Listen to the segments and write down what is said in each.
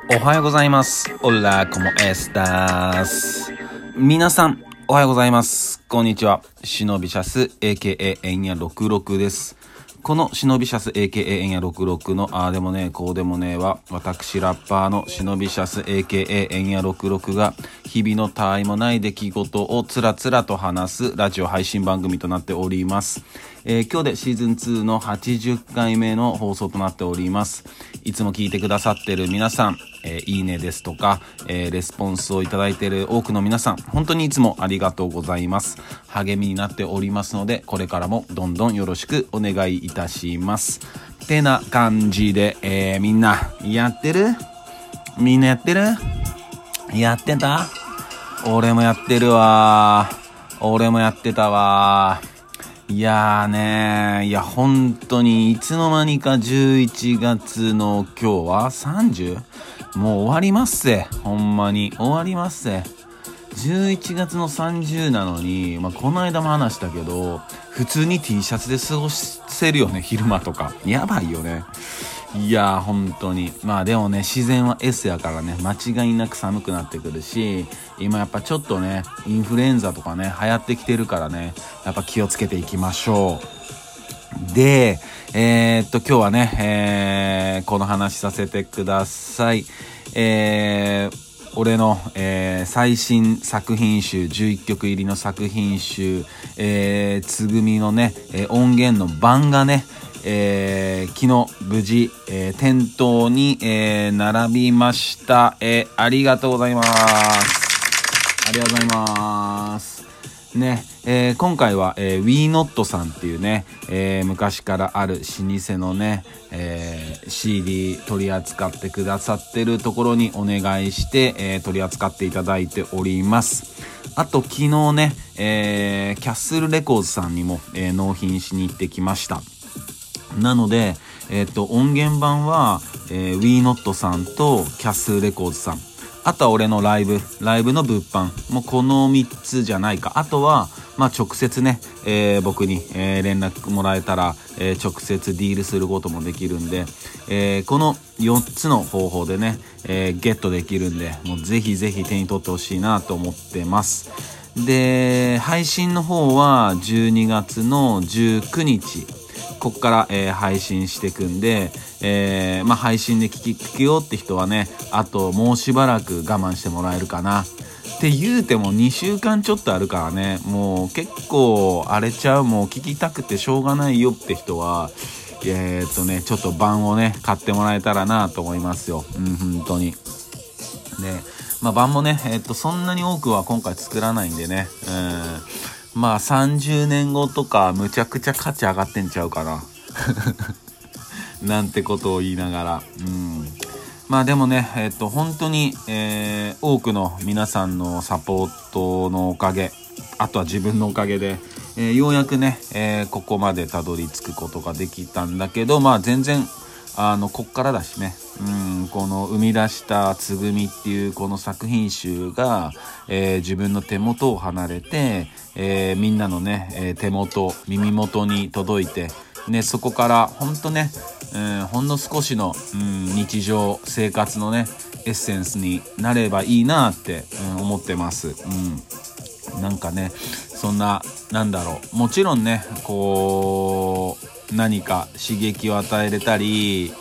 おはようございます。オラコモエスタス。皆さん、おはようございます。こんにちは。シノビシャス AKA エンヤ66です。このシノビシャス AKA エンヤ66のあーでもねこうでもねは、私ラッパーのシノビシャス AKA エンヤ66が日々の他愛もない出来事をつらつらと話すラジオ配信番組となっております。今日でシーズン2の80回目の放送となっております。いつも聞いてくださっている皆さん、いいねですとか、レスポンスをいただいている多くの皆さん、本当にいつもありがとうございます。励みになっておりますので、これからもどんどんよろしくお願いいたします。てな感じで、みんなやってる？みんなやってる？やってた？俺もやってるわ。俺もやってたわ。いやーねー、いや本当にいつの間にか11月の今日は 30？ もう終わりますぜ。ほんまに終わりますぜ。11月の30なのに、この間も話したけど、普通に T シャツで過ごせるよね、昼間とか。やばいよね。いやー本当にでもね、自然は S やからね、間違いなく寒くなってくるし、今やっぱちょっとねインフルエンザとかね流行ってきてるからね、やっぱ気をつけていきましょう。で今日はね、この話させてください。俺の、最新作品集11曲入りの作品集、つぐみのね、音源の版がね、昨日無事、店頭に、並びました。ありがとうございます。ありがとうございますね。今回は、WeNot さんっていうね、昔からある老舗のね、CD 取り扱ってくださってるところにお願いして、取り扱っていただいております。あと昨日ね、キャッスルレコーズさんにも、納品しに行ってきました。なので、音源版は、WeNot さんとキャッスルレコーズさん、あとは俺のライブの物販もうこの3つじゃないか。あとは直接ね、僕に、連絡もらえたら、直接ディールすることもできるんで、この4つの方法でね、ゲットできるんで、もうぜひぜひ手に取ってほしいなと思ってます。で、配信の方は12月の19日こっから、配信していくんで、配信で聞くよって人はね、あともうしばらく我慢してもらえるかなって言うても2週間ちょっとあるからね、もう結構荒れちゃう、もう聞きたくてしょうがないよって人はちょっと版をね買ってもらえたらなと思いますよ。本当に。で版もね、そんなに多くは今回作らないんでね、30年後とかむちゃくちゃ価値上がってんちゃうかななんてことを言いながら、でもね、本当に、多くの皆さんのサポートのおかげ、あとは自分のおかげで、ようやくね、ここまでたどり着くことができたんだけど、全然こっからだしね、この生み出したつぐみっていうこの作品集が、自分の手元を離れて、みんなのね、手元耳元に届いて、ね、そこからほんとね、ほんの少しの、日常生活のねエッセンスになればいいなって、思ってます。なんかね、そんなもちろんね、こう何か刺激を与えれたり、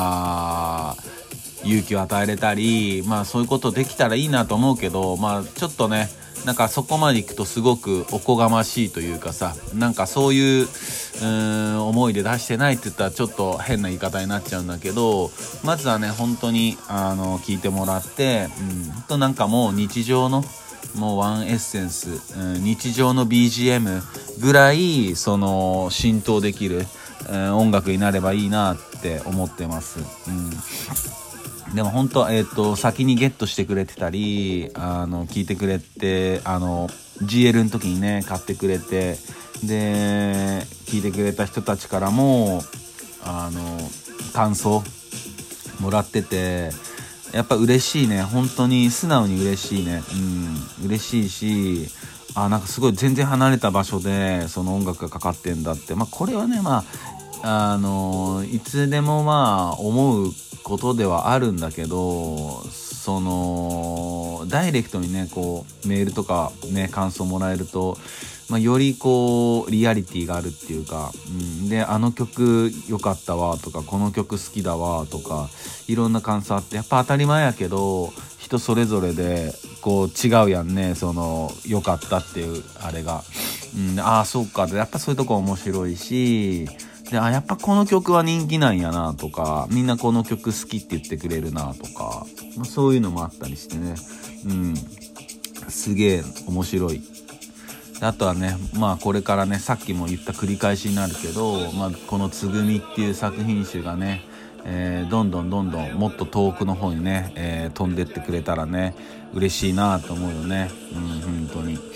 勇気を与えれたり、そういうことできたらいいなと思うけど、ちょっとね、なんかそこまで行くとすごくおこがましいというかさ、なんかそういう思いで出してないって言ったらちょっと変な言い方になっちゃうんだけど、まずはね本当に聞いてもらって、なんかもう日常のもうワンエッセンス、日常の BGM ぐらいその浸透できる、音楽になればいいなって思ってます。でも本当先にゲットしてくれてたり、聞いてくれて、GL の時にね買ってくれて、で聞いてくれた人たちからも感想もらってて、やっぱ嬉しいね。本当に素直に嬉しいね。嬉しいし、なんかすごい全然離れた場所でその音楽がかかってんだって、これはねいつでもまあ思うことではあるんだけど、そのダイレクトにねこうメールとかね感想もらえると、よりこうリアリティがあるっていうか、であの曲良かったわとかこの曲好きだわとかいろんな感想あって、やっぱ当たり前やけど人それぞれでこう違うやんね、その良かったっていうあれが、ああそうか、やっぱそういうとこ面白いし、でやっぱこの曲は人気なんやなとか、みんなこの曲好きって言ってくれるなとか、そういうのもあったりしてね、すげえ面白い。あとはね、これからね、さっきも言った繰り返しになるけど、このつぐみっていう作品集がね、どんどんもっと遠くの方にね、飛んでってくれたらね嬉しいなと思うよね。本当に。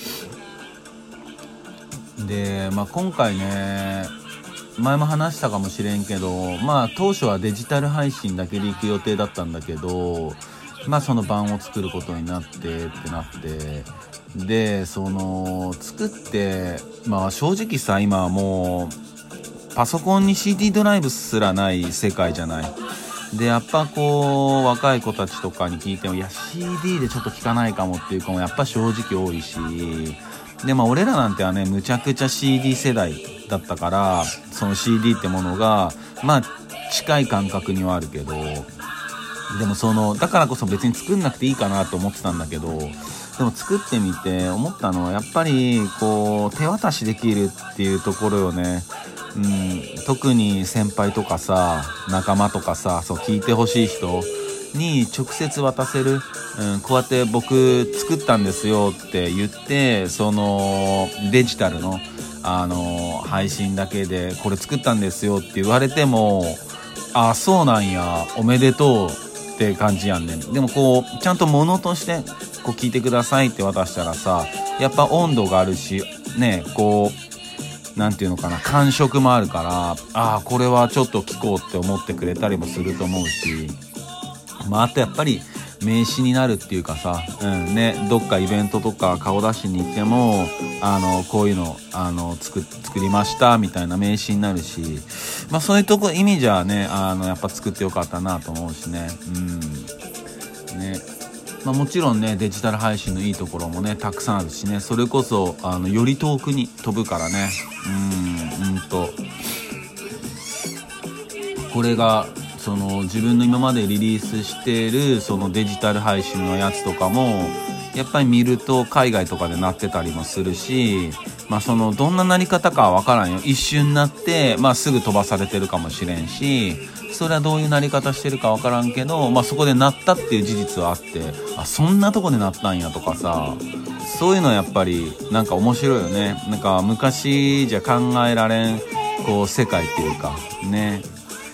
で今回ね、前も話したかもしれんけど、当初はデジタル配信だけで行く予定だったんだけど、その版を作ることになってでその作って、正直さ、今はもうパソコンに CD ドライブすらない世界じゃない。でやっぱこう若い子たちとかに聞いても、いや CD でちょっと聞かないかもっていう子もやっぱ正直多いし、で俺らなんてはねむちゃくちゃ CD 世代だったから、その CD ってものが近い感覚にはあるけど、でもだからこそ別に作んなくていいかなと思ってたんだけど、でも作ってみて思ったのはやっぱりこう手渡しできるっていうところよね。特に先輩とかさ仲間とかさ、そう聞いてほしい人に直接渡せる、こうやって僕作ったんですよって言って、そのデジタルの配信だけでこれ作ったんですよって言われても、あそうなんやおめでとうって感じやんね。でもこうちゃんと物としてこう聞いてくださいって渡したらさ、やっぱ温度があるしね、こうなんていうのかな、感触もあるから、これはちょっと聞こうって思ってくれたりもすると思うし、あとやっぱり名刺になるっていうかさ、どっかイベントとか顔出しに行ってもこういうの作りましたみたいな名刺になるし、そういうとこ意味じゃねやっぱ作ってよかったなと思うしね。もちろんねデジタル配信のいいところもねたくさんあるしね、それこそより遠くに飛ぶからね。これがその自分の今までリリースしているそのデジタル配信のやつとかもやっぱり見ると海外とかでなってたりもするし、そのどんななり方かは分からんよ。一瞬なって、すぐ飛ばされてるかもしれんし、それはどういうなり方してるか分からんけど、そこでなったっていう事実はあって、そんなとこでなったんやとかさ、そういうのはやっぱりなんか面白いよね。なんか昔じゃ考えられんこう世界っていうかね。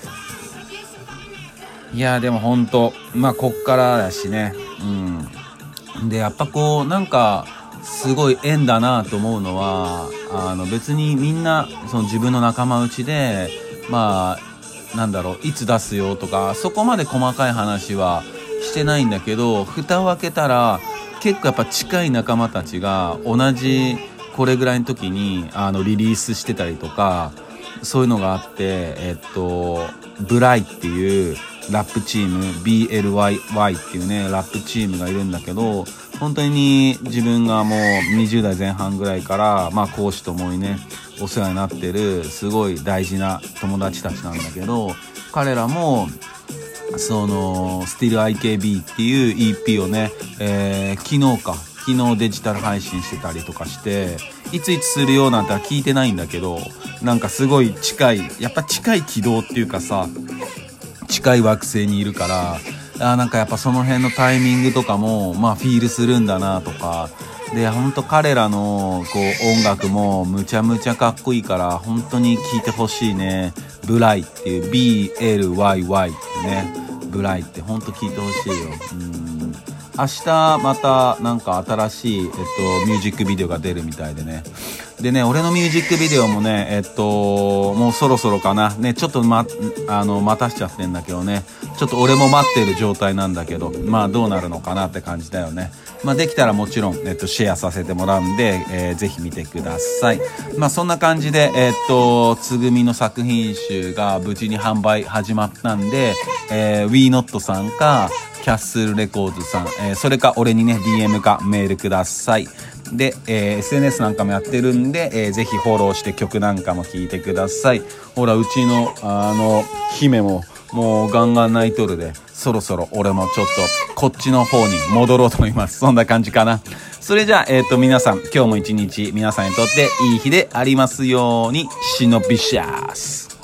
いやでもほんとこっからだしね。でやっぱこうなんかすごい縁だなと思うのは、別にみんなその自分の仲間内でなんだろういつ出すよとかそこまで細かい話はしてないんだけど、蓋を開けたら結構やっぱ近い仲間たちが同じこれぐらいの時にリリースしてたりとか、そういうのがあって、ブライっていうラップチーム BLYY っていうねラップチームがいるんだけど、本当に自分がもう20代前半ぐらいから講師ともにねお世話になってるすごい大事な友達たちなんだけど、彼らもその StillIKB っていう EP をね、昨日デジタル配信してたりとかして、いつするよなんては聞いてないんだけど、なんかすごいやっぱ近い軌道っていうかさ、近い惑星にいるから、なんかやっぱその辺のタイミングとかもフィールするんだなとかで、ほんと彼らのこう音楽もむちゃむちゃかっこいいから本当に聴いてほしいね。ブライっていう BLYY ってね、ブライって本当聴いてほしいよ。明日またなんか新しいミュージックビデオが出るみたいでね、 でね、俺のミュージックビデオもね、もうそろそろかな。ね、ちょっと待たしちゃってんだけどね。ちょっと俺も待ってる状態なんだけど、まあどうなるのかなって感じだよね。まあできたらもちろん、シェアさせてもらうんで、ぜひ見てください。まあそんな感じで、つぐみの作品集が無事に販売始まったんで、WeNot さんか、キャッスルレコーズさん、それか俺にね、DM かメールください。で、SNS なんかもやってるんで、ぜひフォローして曲なんかも聴いてください。ほら、うちの、姫も、もうガンガン泣いとるで、そろそろ俺もちょっと、こっちの方に戻ろうと思います。そんな感じかな。それじゃあ、皆さん、今日も一日、皆さんにとっていい日でありますように、シノビシャス。